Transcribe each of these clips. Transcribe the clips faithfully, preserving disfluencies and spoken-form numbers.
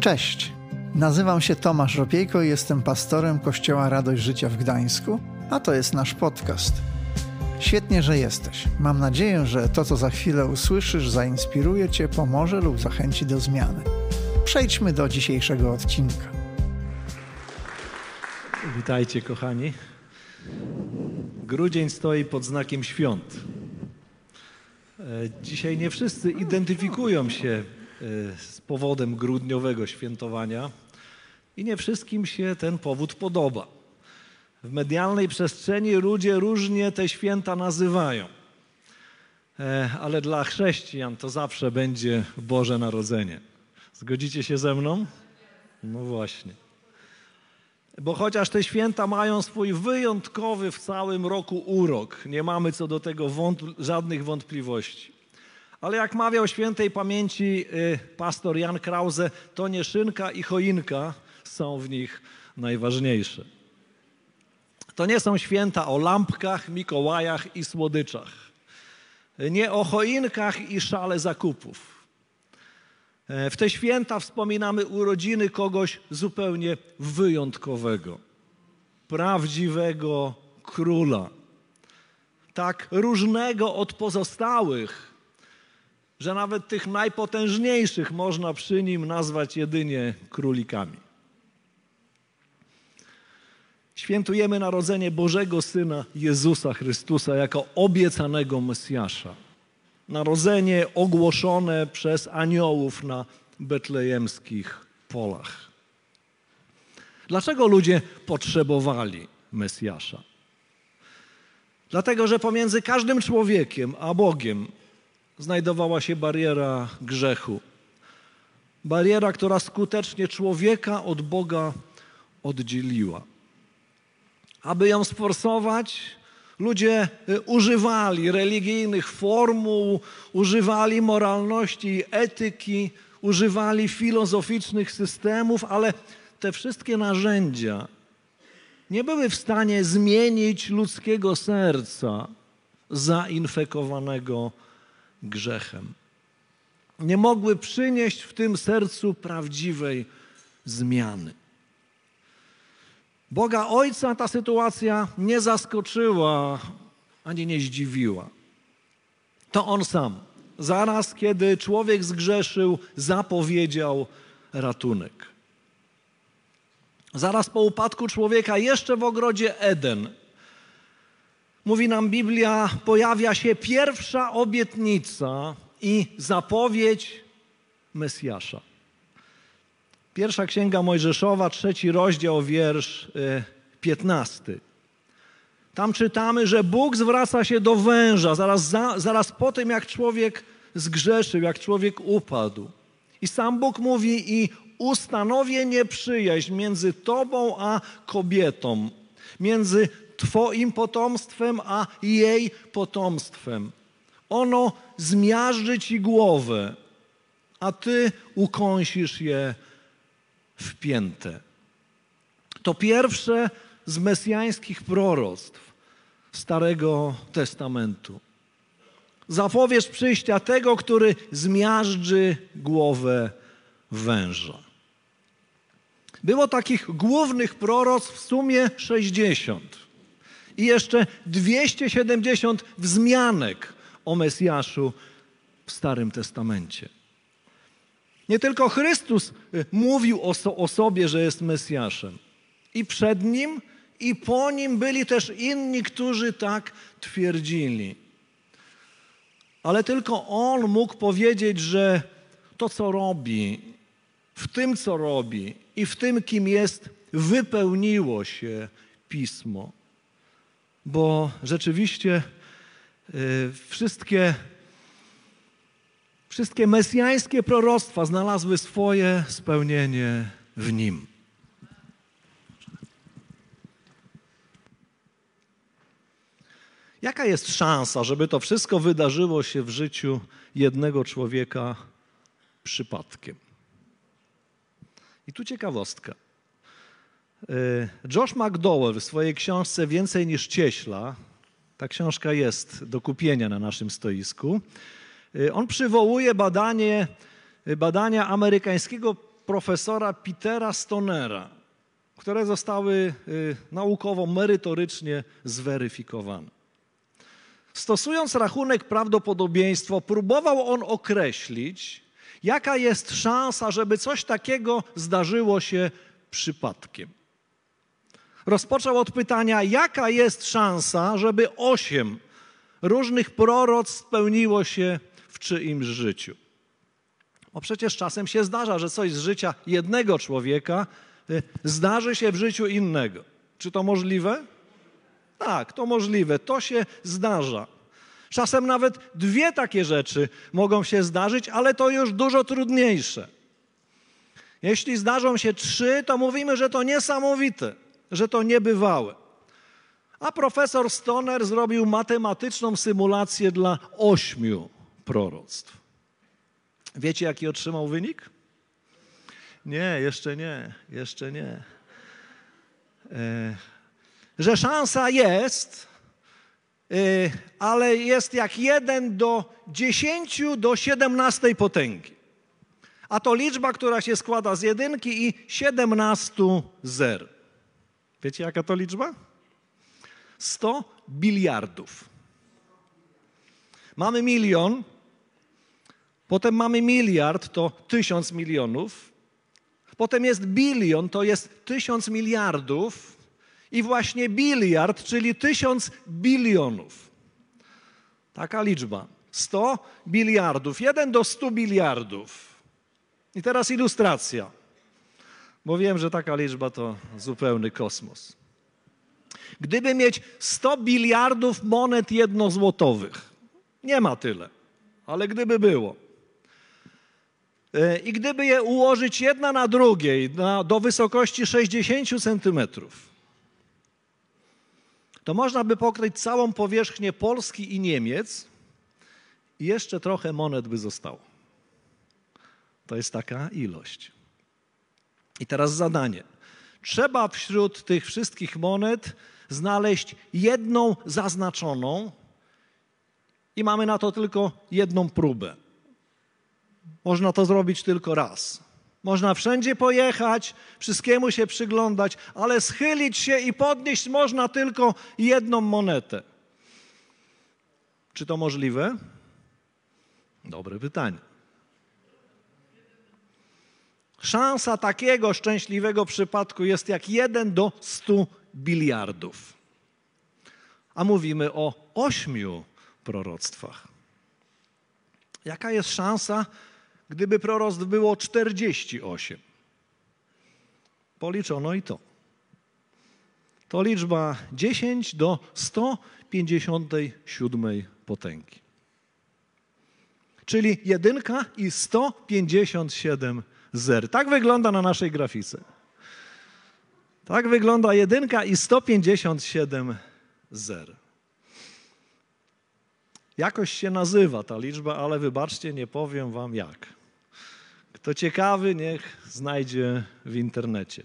Cześć, nazywam się Tomasz Ropiejko i jestem pastorem Kościoła Radość Życia w Gdańsku, a to jest nasz podcast. Świetnie, że jesteś. Mam nadzieję, że to, co za chwilę usłyszysz, zainspiruje Cię, pomoże lub zachęci do zmiany. Przejdźmy do dzisiejszego odcinka. Witajcie, kochani. Grudzień stoi pod znakiem świąt. Dzisiaj nie wszyscy identyfikują się z powodem grudniowego świętowania i nie wszystkim się ten powód podoba. W medialnej przestrzeni ludzie różnie te święta nazywają, ale dla chrześcijan to zawsze będzie Boże Narodzenie. Zgodzicie się ze mną? No właśnie. Bo chociaż te święta mają swój wyjątkowy w całym roku urok, nie mamy co do tego wątp- żadnych wątpliwości. Ale jak mawiał świętej pamięci y, pastor Jan Krause, to nie szynka i choinka są w nich najważniejsze. To nie są święta o lampkach, Mikołajach i słodyczach. Nie o choinkach i szale zakupów. W te święta wspominamy urodziny kogoś zupełnie wyjątkowego, prawdziwego króla, tak różnego od pozostałych, że nawet tych najpotężniejszych można przy nim nazwać jedynie królikami. Świętujemy narodzenie Bożego Syna Jezusa Chrystusa jako obiecanego Mesjasza. Narodzenie ogłoszone przez aniołów na betlejemskich polach. Dlaczego ludzie potrzebowali Mesjasza? Dlatego, że pomiędzy każdym człowiekiem a Bogiem znajdowała się bariera grzechu. Bariera, która skutecznie człowieka od Boga oddzieliła. Aby ją sforsować, ludzie używali religijnych formuł, używali moralności i etyki, używali filozoficznych systemów, ale te wszystkie narzędzia nie były w stanie zmienić ludzkiego serca zainfekowanego grzechem. Nie mogły przynieść w tym sercu prawdziwej zmiany. Boga Ojca ta sytuacja nie zaskoczyła ani nie zdziwiła. To On sam, zaraz kiedy człowiek zgrzeszył, zapowiedział ratunek. Zaraz po upadku człowieka, jeszcze w ogrodzie Eden, mówi nam Biblia, pojawia się pierwsza obietnica i zapowiedź Mesjasza. Pierwsza Księga Mojżeszowa, trzeci rozdział, wiersz piętnasty. Tam czytamy, że Bóg zwraca się do węża zaraz, za, zaraz po tym, jak człowiek zgrzeszył, jak człowiek upadł. I sam Bóg mówi: i ustanowię nieprzyjaźń między tobą a kobietą, między twoim potomstwem a jej potomstwem. Ono zmiażdży ci głowę, a ty ukąsisz je w piętę. To pierwsze z mesjańskich proroctw Starego Testamentu. Zapowiedź przyjścia tego, który zmiażdży głowę węża. Było takich głównych proroctw w sumie sześćdziesiąt i jeszcze dwieście siedemdziesiąt wzmianek o Mesjaszu w Starym Testamencie. Nie tylko Chrystus mówił o, so, o sobie, że jest Mesjaszem. I przed Nim, i po Nim byli też inni, którzy tak twierdzili. Ale tylko On mógł powiedzieć, że to, co robi, w tym, co robi i w tym, kim jest, wypełniło się Pismo. Bo rzeczywiście yy, wszystkie Wszystkie mesjańskie proroctwa znalazły swoje spełnienie w Nim. Jaka jest szansa, żeby to wszystko wydarzyło się w życiu jednego człowieka przypadkiem? I tu ciekawostka. Josh McDowell w swojej książce Więcej niż cieśla, ta książka jest do kupienia na naszym stoisku, on przywołuje badanie, badania amerykańskiego profesora Petera Stonera, które zostały y, naukowo, merytorycznie zweryfikowane. Stosując rachunek prawdopodobieństwo, próbował on określić, jaka jest szansa, żeby coś takiego zdarzyło się przypadkiem. Rozpoczął od pytania, jaka jest szansa, żeby osiem różnych proroctw spełniło się w czyimś życiu. Bo przecież czasem się zdarza, że coś z życia jednego człowieka zdarzy się w życiu innego. Czy to możliwe? Tak, to możliwe. To się zdarza. Czasem nawet dwie takie rzeczy mogą się zdarzyć, ale to już dużo trudniejsze. Jeśli zdarzą się trzy, to mówimy, że to niesamowite, że to niebywałe. A profesor Stoner zrobił matematyczną symulację dla ośmiu proroctw. Wiecie, jaki otrzymał wynik? Nie, jeszcze nie, jeszcze nie. E, że szansa jest, e, ale jest jak jeden do dziesięciu do siedemnastej potęgi. A to liczba, która się składa z jedynki i siedemnastu zer. Wiecie, jaka to liczba? sto biliardów. Mamy milion, potem mamy miliard, to tysiąc milionów, potem jest bilion, to jest tysiąc miliardów i właśnie biliard, czyli tysiąc bilionów. Taka liczba. sto biliardów, jeden do stu biliardów. I teraz ilustracja, bo wiem, że taka liczba to zupełny kosmos. Gdyby mieć sto biliardów monet jednozłotowych, nie ma tyle, ale gdyby było, i gdyby je ułożyć jedna na drugiej na, do wysokości sześćdziesięciu centymetrów, to można by pokryć całą powierzchnię Polski i Niemiec i jeszcze trochę monet by zostało. To jest taka ilość. I teraz zadanie. Trzeba wśród tych wszystkich monet znaleźć jedną zaznaczoną i mamy na to tylko jedną próbę. Można to zrobić tylko raz. Można wszędzie pojechać, wszystkiemu się przyglądać, ale schylić się i podnieść można tylko jedną monetę. Czy to możliwe? Dobre pytanie. Szansa takiego szczęśliwego przypadku jest jak jeden do stu biliardów. A mówimy o ośmiu proroctwach. Jaka jest szansa, gdyby proroctw było czterdzieści osiem? Policzono i to. To liczba dziesięć do stu pięćdziesięciu siedmiu potęgi. Czyli jedynka i sto pięćdziesiąt siedem zer. Tak wygląda na naszej grafice. Tak wygląda jedynka i sto pięćdziesiąt siedem zer. Jakoś się nazywa ta liczba, ale wybaczcie, nie powiem wam jak. Kto ciekawy, niech znajdzie w internecie.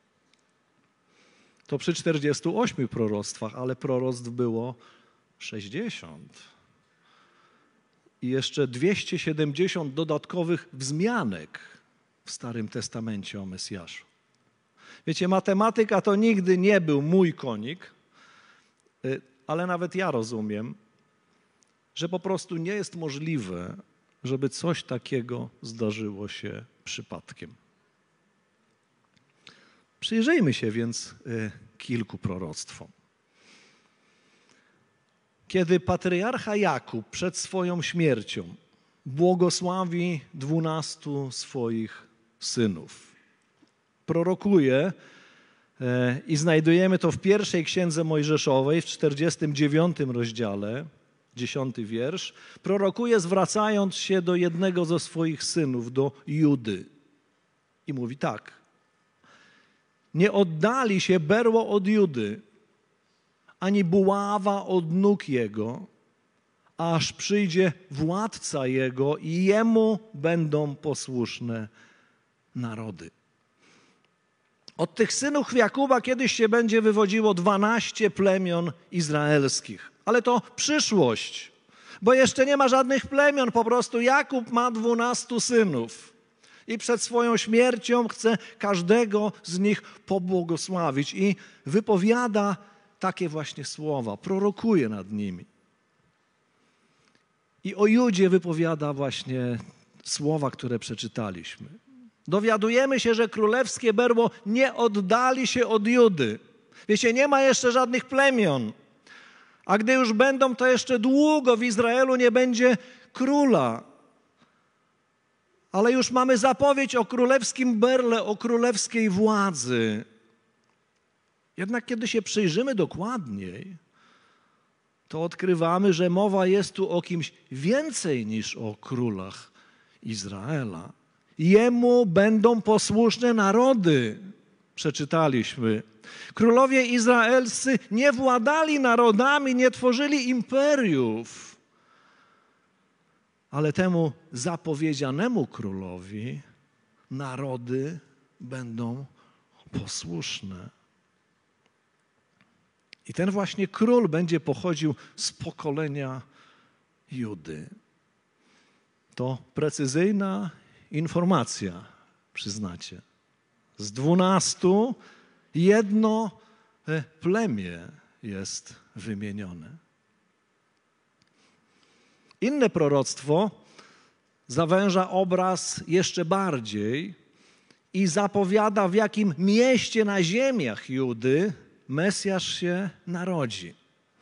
To przy czterdziestu ośmiu proroctwach, ale proroctw było sześćdziesiąt. I jeszcze dwieście siedemdziesiąt dodatkowych wzmianek w Starym Testamencie o Mesjaszu. Wiecie, matematyka to nigdy nie był mój konik, ale nawet ja rozumiem, że po prostu nie jest możliwe, żeby coś takiego zdarzyło się przypadkiem. Przyjrzyjmy się więc y, kilku proroctwom. Kiedy patriarcha Jakub przed swoją śmiercią błogosławi dwunastu swoich synów, prorokuje y, i znajdujemy to w pierwszej księdze Mojżeszowej w czterdziestym dziewiątym rozdziale, dziesiąty wiersz, prorokuje zwracając się do jednego ze swoich synów, do Judy. I mówi tak. Nie oddali się berło od Judy, ani buława od nóg jego, aż przyjdzie władca jego i jemu będą posłuszne narody. Od tych synów Jakuba kiedyś się będzie wywodziło dwanaście plemion izraelskich. Ale to przyszłość, bo jeszcze nie ma żadnych plemion, po prostu Jakub ma dwunastu synów. I przed swoją śmiercią chce każdego z nich pobłogosławić i wypowiada takie właśnie słowa, prorokuje nad nimi. I o Judzie wypowiada właśnie słowa, które przeczytaliśmy. Dowiadujemy się, że królewskie berło nie oddali się od Judy. Wiecie, nie ma jeszcze żadnych plemion. A gdy już będą, to jeszcze długo w Izraelu nie będzie króla. Ale już mamy zapowiedź o królewskim berle, o królewskiej władzy. Jednak kiedy się przyjrzymy dokładniej, to odkrywamy, że mowa jest tu o kimś więcej niż o królach Izraela. Jemu będą posłuszne narody. Przeczytaliśmy. Królowie izraelscy nie władali narodami, nie tworzyli imperiów, ale temu zapowiedzianemu królowi narody będą posłuszne. I ten właśnie król będzie pochodził z pokolenia Judy. To precyzyjna informacja, przyznacie. Z dwunastu jedno plemię jest wymienione. Inne proroctwo zawęża obraz jeszcze bardziej i zapowiada, w jakim mieście na ziemiach Judy Mesjasz się narodzi.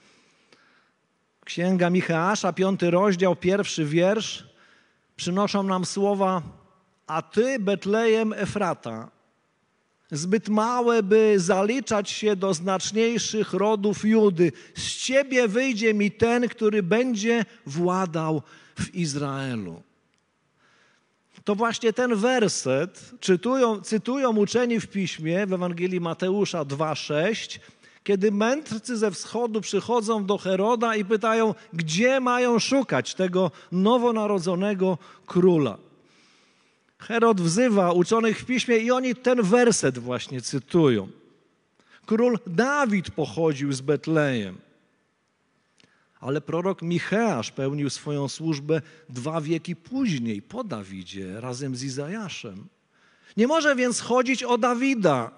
Księga Micheasza, piąty rozdział, pierwszy wiersz, przynoszą nam słowa: a ty, Betlejem Efrata, zbyt małe, by zaliczać się do znaczniejszych rodów Judy. Z ciebie wyjdzie mi ten, który będzie władał w Izraelu. To właśnie ten werset czytują, cytują uczeni w Piśmie w Ewangelii Mateusza dwa sześć, kiedy mędrcy ze wschodu przychodzą do Heroda i pytają, gdzie mają szukać tego nowonarodzonego króla. Herod wzywa uczonych w Piśmie i oni ten werset właśnie cytują. Król Dawid pochodził z Betlejem. Ale prorok Micheasz pełnił swoją służbę dwa wieki później, po Dawidzie, razem z Izajaszem. Nie może więc chodzić o Dawida.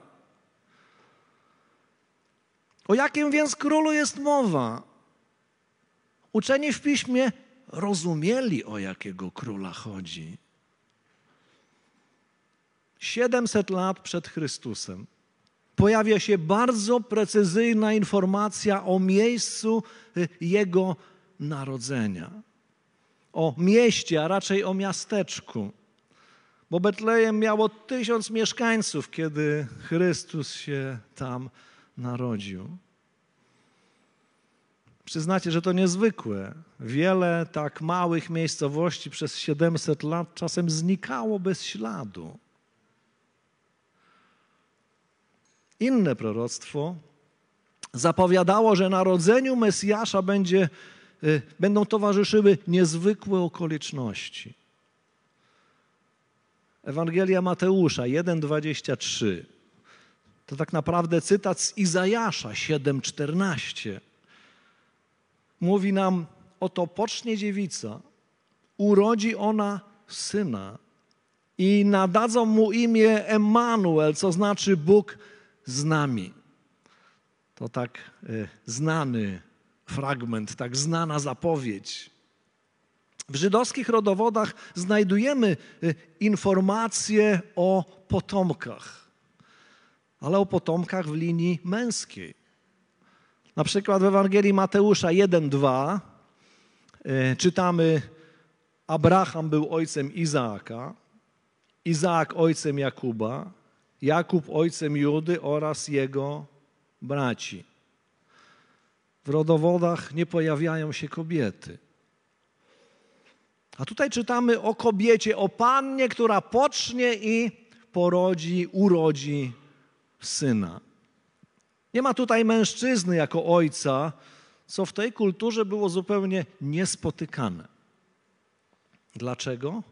O jakim więc królu jest mowa? Uczeni w Piśmie rozumieli, o jakiego króla chodzi. siedemset lat przed Chrystusem pojawia się bardzo precyzyjna informacja o miejscu Jego narodzenia. O mieście, a raczej o miasteczku. Bo Betlejem miało tysiąc mieszkańców, kiedy Chrystus się tam narodził. Przyznacie, że to niezwykłe. Wiele tak małych miejscowości przez siedemset lat czasem znikało bez śladu. Inne proroctwo zapowiadało, że narodzeniu Mesjasza będzie, y, będą towarzyszyły niezwykłe okoliczności. Ewangelia Mateusza jeden dwadzieścia trzy to tak naprawdę cytat z Izajasza siedem czternaście. Mówi nam, oto pocznie dziewica, urodzi ona syna i nadadzą mu imię Emmanuel, co znaczy Bóg z nami. To tak y, znany fragment, tak znana zapowiedź. W żydowskich rodowodach znajdujemy y, informacje o potomkach, ale o potomkach w linii męskiej. Na przykład w Ewangelii Mateusza jeden dwa y, czytamy: Abraham był ojcem Izaaka, Izaak ojcem Jakuba, Jakub ojcem Judy oraz jego braci. W rodowodach nie pojawiają się kobiety. A tutaj czytamy o kobiecie, o pannie, która pocznie i porodzi, urodzi syna. Nie ma tutaj mężczyzny jako ojca, co w tej kulturze było zupełnie niespotykane. Dlaczego?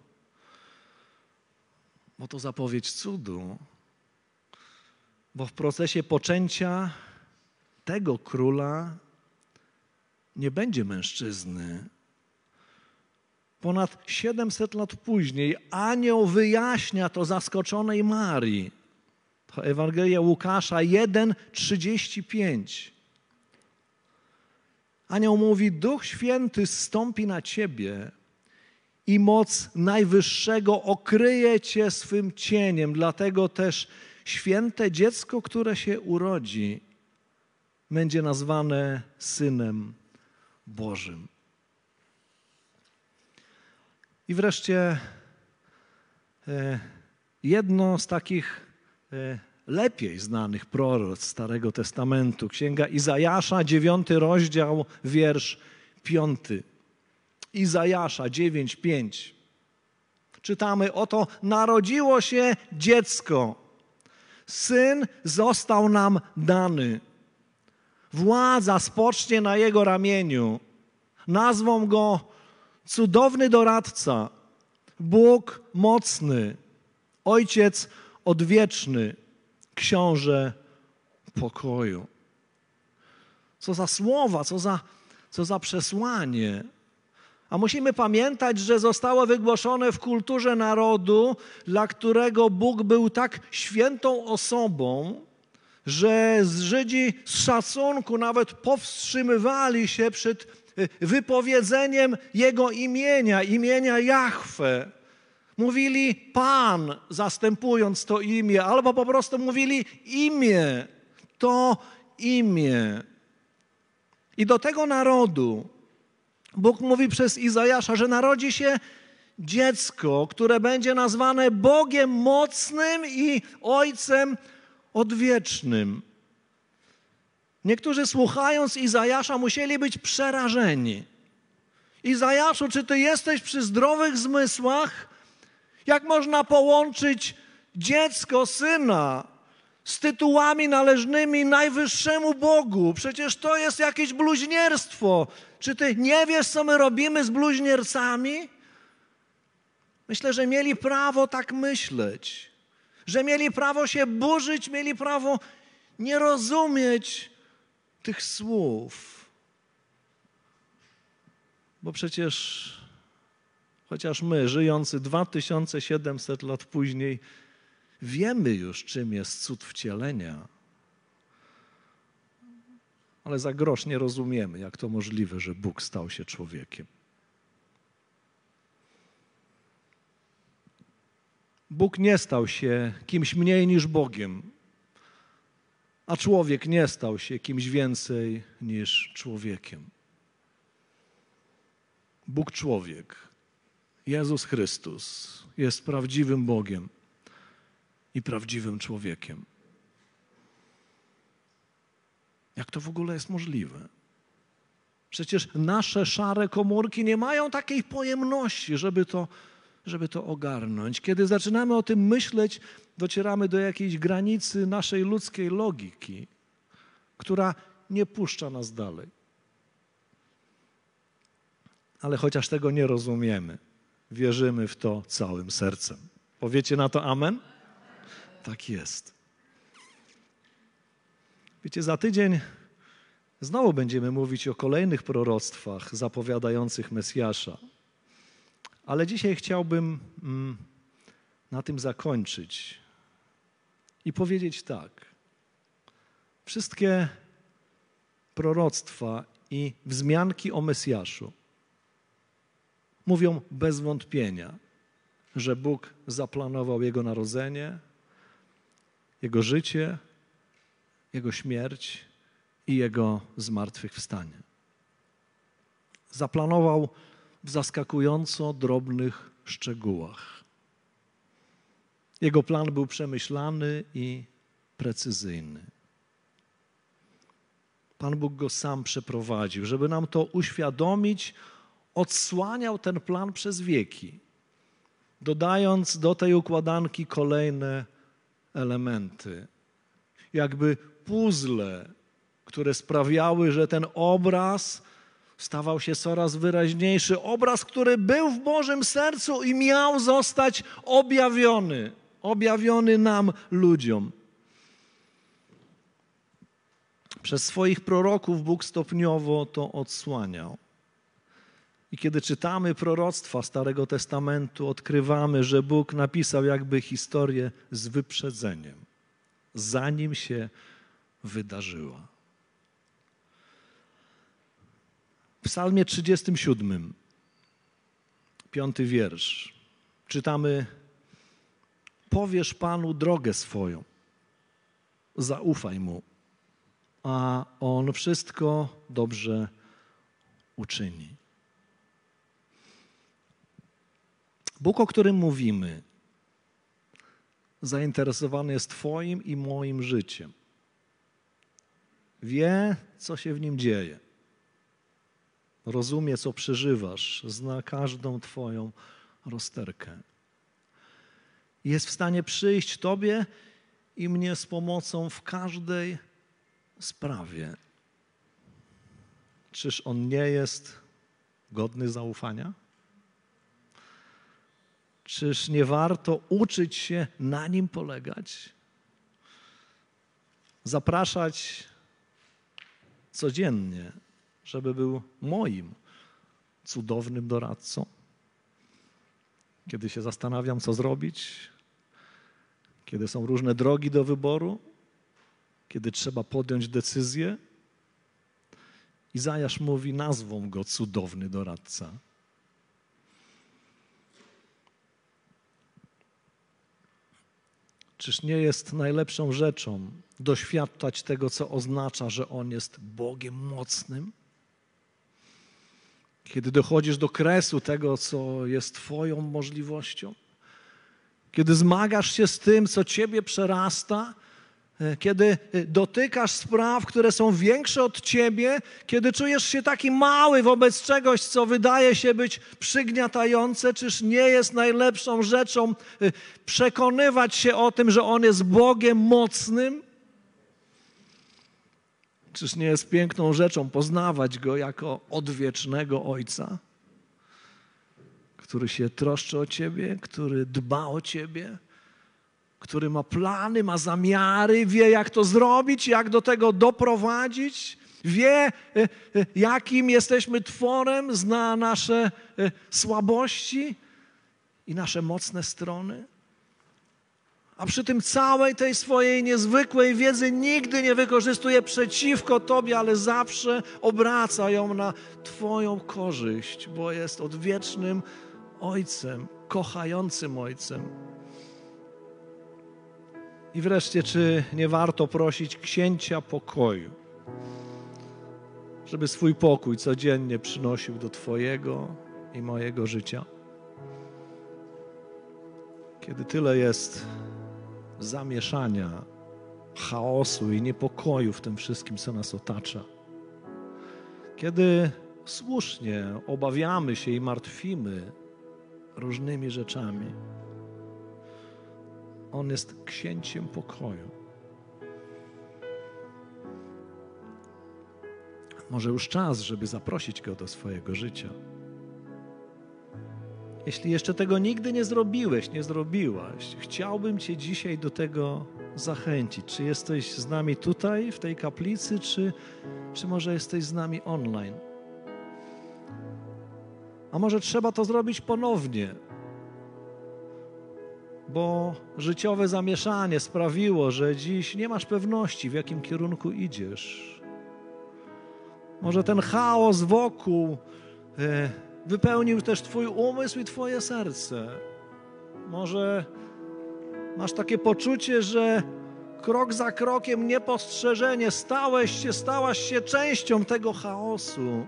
Bo to zapowiedź cudu. Bo w procesie poczęcia tego króla nie będzie mężczyzny, Ponad siedemset lat później anioł wyjaśnia to zaskoczonej Marii. To Ewangelia Łukasza jeden, trzydzieści pięć. Anioł mówi: Duch Święty zstąpi na ciebie i moc Najwyższego okryje cię swym cieniem. Dlatego też święte dziecko, które się urodzi, będzie nazwane Synem Bożym. I wreszcie jedno z takich lepiej znanych proroc Starego Testamentu, Księga Izajasza, dziewiąty rozdział, wiersz piąty. Izajasza dziewięć, pięć. Czytamy: Oto narodziło się dziecko, syn został nam dany. Władza spocznie na jego ramieniu. Nazwą go Cudowny Doradca, Bóg Mocny, Ojciec Odwieczny, Książę Pokoju. Co za słowa, co za, co za przesłanie. A musimy pamiętać, że zostało wygłoszone w kulturze narodu, dla którego Bóg był tak świętą osobą, że Żydzi z szacunku nawet powstrzymywali się przed wypowiedzeniem Jego imienia, imienia Jahwe. Mówili Pan, zastępując to imię, albo po prostu mówili imię, to imię. I do tego narodu Bóg mówi przez Izajasza, że narodzi się dziecko, które będzie nazwane Bogiem Mocnym i Ojcem Odwiecznym. Niektórzy, słuchając Izajasza, musieli być przerażeni. Izajaszu, czy ty jesteś przy zdrowych zmysłach? Jak można połączyć dziecko, syna z tytułami należnymi Najwyższemu Bogu? Przecież to jest jakieś bluźnierstwo. Czy ty nie wiesz, co my robimy z bluźniercami? Myślę, że mieli prawo tak myśleć. Że mieli prawo się burzyć, mieli prawo nie rozumieć tych słów. Bo przecież chociaż my, żyjący dwa tysiące siedemset lat później, wiemy już, czym jest cud wcielenia. Ale za grosz nie rozumiemy, jak to możliwe, że Bóg stał się człowiekiem. Bóg nie stał się kimś mniej niż Bogiem, a człowiek nie stał się kimś więcej niż człowiekiem. Bóg człowiek, Jezus Chrystus, jest prawdziwym Bogiem i prawdziwym człowiekiem. Jak to w ogóle jest możliwe? Przecież nasze szare komórki nie mają takiej pojemności, żeby to, żeby to ogarnąć. Kiedy zaczynamy o tym myśleć, docieramy do jakiejś granicy naszej ludzkiej logiki, która nie puszcza nas dalej. Ale chociaż tego nie rozumiemy, wierzymy w to całym sercem. Powiecie na to amen? Tak jest. Wiecie, za tydzień znowu będziemy mówić o kolejnych proroctwach zapowiadających Mesjasza. Ale dzisiaj chciałbym mm, na tym zakończyć i powiedzieć tak. Wszystkie proroctwa i wzmianki o Mesjaszu mówią bez wątpienia, że Bóg zaplanował Jego narodzenie, Jego życie, Jego śmierć i Jego zmartwychwstanie. Zaplanował w zaskakująco drobnych szczegółach. Jego plan był przemyślany i precyzyjny. Pan Bóg go sam przeprowadził. Żeby nam to uświadomić, odsłaniał ten plan przez wieki, dodając do tej układanki kolejne elementy. Jakby puzzle, które sprawiały, że ten obraz stawał się coraz wyraźniejszy. Obraz, który był w Bożym sercu i miał zostać objawiony. Objawiony nam, ludziom. Przez swoich proroków Bóg stopniowo to odsłaniał. I kiedy czytamy proroctwa Starego Testamentu, odkrywamy, że Bóg napisał jakby historię z wyprzedzeniem, zanim się wydarzyła. W Psalmie trzydziestym siódmym, piąty wiersz, czytamy: powiesz Panu drogę swoją, zaufaj Mu, a On wszystko dobrze uczyni. Bóg, o którym mówimy, zainteresowany jest Twoim i moim życiem. Wie, co się w nim dzieje. Rozumie, co przeżywasz. Zna każdą Twoją rozterkę. Jest w stanie przyjść Tobie i mnie z pomocą w każdej sprawie. Czyż On nie jest godny zaufania? Czyż nie warto uczyć się na Nim polegać? Zapraszać codziennie, żeby był moim cudownym doradcą. Kiedy się zastanawiam, co zrobić, kiedy są różne drogi do wyboru, kiedy trzeba podjąć decyzję, Izajasz mówi: nazwą go cudowny doradca. Czyż nie jest najlepszą rzeczą doświadczać tego, co oznacza, że On jest Bogiem mocnym? Kiedy dochodzisz do kresu tego, co jest Twoją możliwością, kiedy zmagasz się z tym, co Ciebie przerasta, kiedy dotykasz spraw, które są większe od Ciebie, kiedy czujesz się taki mały wobec czegoś, co wydaje się być przygniatające, czyż nie jest najlepszą rzeczą przekonywać się o tym, że On jest Bogiem mocnym? Czyż nie jest piękną rzeczą poznawać Go jako odwiecznego Ojca, który się troszczy o Ciebie, który dba o Ciebie, który ma plany, ma zamiary, wie, jak to zrobić, jak do tego doprowadzić, wie, jakim jesteśmy tworem, zna nasze słabości i nasze mocne strony. A przy tym całej tej swojej niezwykłej wiedzy nigdy nie wykorzystuje przeciwko Tobie, ale zawsze obraca ją na Twoją korzyść, bo jest odwiecznym Ojcem, kochającym Ojcem. I wreszcie, czy nie warto prosić Księcia pokoju, żeby swój pokój codziennie przynosił do Twojego i mojego życia? Kiedy tyle jest zamieszania, chaosu i niepokoju w tym wszystkim, co nas otacza. Kiedy słusznie obawiamy się i martwimy różnymi rzeczami. On jest Księciem pokoju. Może już czas, żeby zaprosić Go do swojego życia. Jeśli jeszcze tego nigdy nie zrobiłeś, nie zrobiłaś, chciałbym Cię dzisiaj do tego zachęcić. Czy jesteś z nami tutaj, w tej kaplicy, czy, czy może jesteś z nami online? A może trzeba to zrobić ponownie, bo życiowe zamieszanie sprawiło, że dziś nie masz pewności, w jakim kierunku idziesz. Może ten chaos wokół e, wypełnił też Twój umysł i Twoje serce. Może masz takie poczucie, że krok za krokiem niepostrzeżenie stałeś się, stałaś się częścią tego chaosu.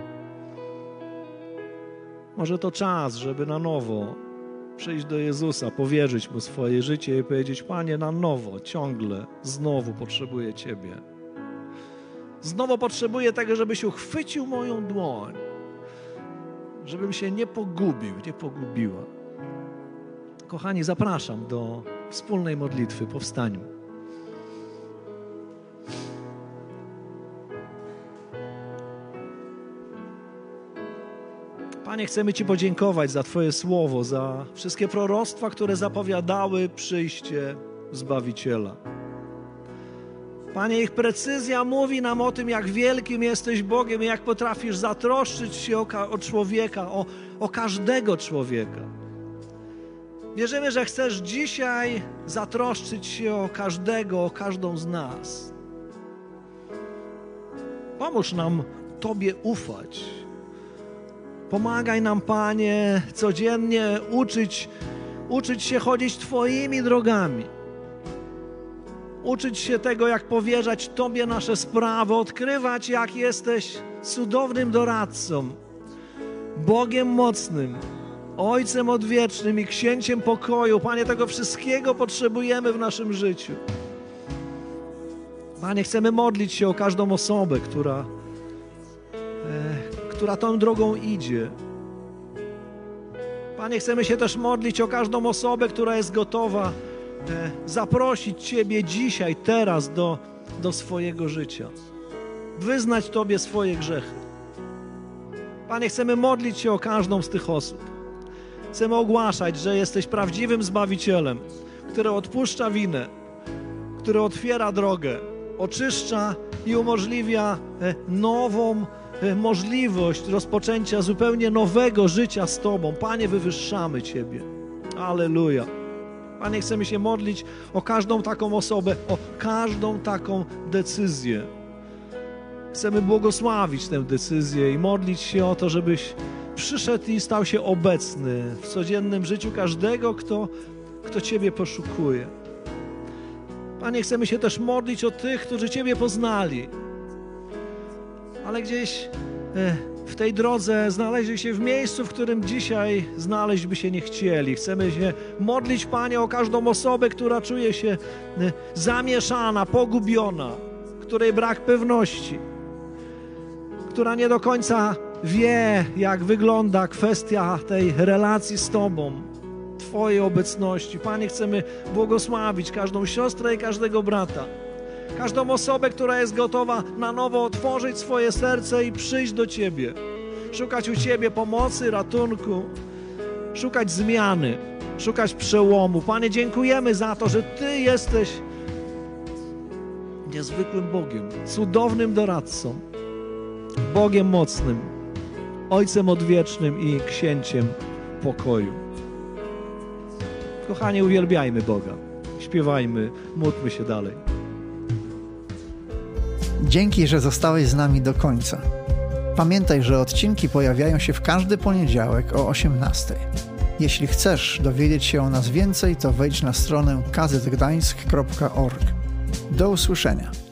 Może to czas, żeby na nowo przyjść do Jezusa, powierzyć Mu swoje życie i powiedzieć: Panie, na nowo, ciągle, znowu potrzebuję Ciebie. Znowu potrzebuję tego, żebyś uchwycił moją dłoń, żebym się nie pogubił, nie pogubiła. Kochani, zapraszam do wspólnej modlitwy. Powstańmy. Panie, chcemy Ci podziękować za Twoje słowo, za wszystkie proroctwa, które zapowiadały przyjście Zbawiciela. Panie, ich precyzja mówi nam o tym, jak wielkim jesteś Bogiem i jak potrafisz zatroszczyć się o, o człowieka, o, o każdego człowieka. Wierzymy, że chcesz dzisiaj zatroszczyć się o każdego, o każdą z nas. Pomóż nam Tobie ufać. Pomagaj nam, Panie, codziennie uczyć, uczyć się chodzić Twoimi drogami. Uczyć się tego, jak powierzać Tobie nasze sprawy, odkrywać, jak jesteś cudownym doradcą, Bogiem mocnym, Ojcem odwiecznym i Księciem pokoju. Panie, tego wszystkiego potrzebujemy w naszym życiu. Panie, chcemy modlić się o każdą osobę, która, e, która tą drogą idzie. Panie, chcemy się też modlić o każdą osobę, która jest gotowa e, zaprosić Ciebie dzisiaj, teraz do, do swojego życia. Wyznać Tobie swoje grzechy. Panie, chcemy modlić się o każdą z tych osób. Chcemy ogłaszać, że jesteś prawdziwym Zbawicielem, który odpuszcza winę, który otwiera drogę, oczyszcza i umożliwia nową możliwość rozpoczęcia zupełnie nowego życia z Tobą. Panie, wywyższamy Ciebie. Alleluja. Panie, chcemy się modlić o każdą taką osobę, o każdą taką decyzję. Chcemy błogosławić tę decyzję i modlić się o to, żebyś przyszedł i stał się obecny w codziennym życiu każdego, kto, kto Ciebie poszukuje. Panie, chcemy się też modlić o tych, którzy Ciebie poznali, ale gdzieś w tej drodze znaleźli się w miejscu, w którym dzisiaj znaleźć by się nie chcieli. Chcemy się modlić, Panie, o każdą osobę, która czuje się zamieszana, pogubiona, której brak pewności, która nie do końca wie, jak wygląda kwestia tej relacji z Tobą, Twojej obecności. Panie, chcemy błogosławić każdą siostrę i każdego brata, każdą osobę, która jest gotowa na nowo otworzyć swoje serce i przyjść do Ciebie, szukać u Ciebie pomocy, ratunku, szukać zmiany, szukać przełomu. Panie, dziękujemy za to, że Ty jesteś niezwykłym Bogiem, cudownym doradcą, Bogiem mocnym, Ojcem odwiecznym i Księciem pokoju. Kochani, uwielbiajmy Boga, śpiewajmy, módlmy się dalej. Dzięki, że zostałeś z nami do końca. Pamiętaj, że odcinki pojawiają się w każdy poniedziałek o osiemnastej. Jeśli chcesz dowiedzieć się o nas więcej, to wejdź na stronę kazetgdańsk kropka org. Do usłyszenia.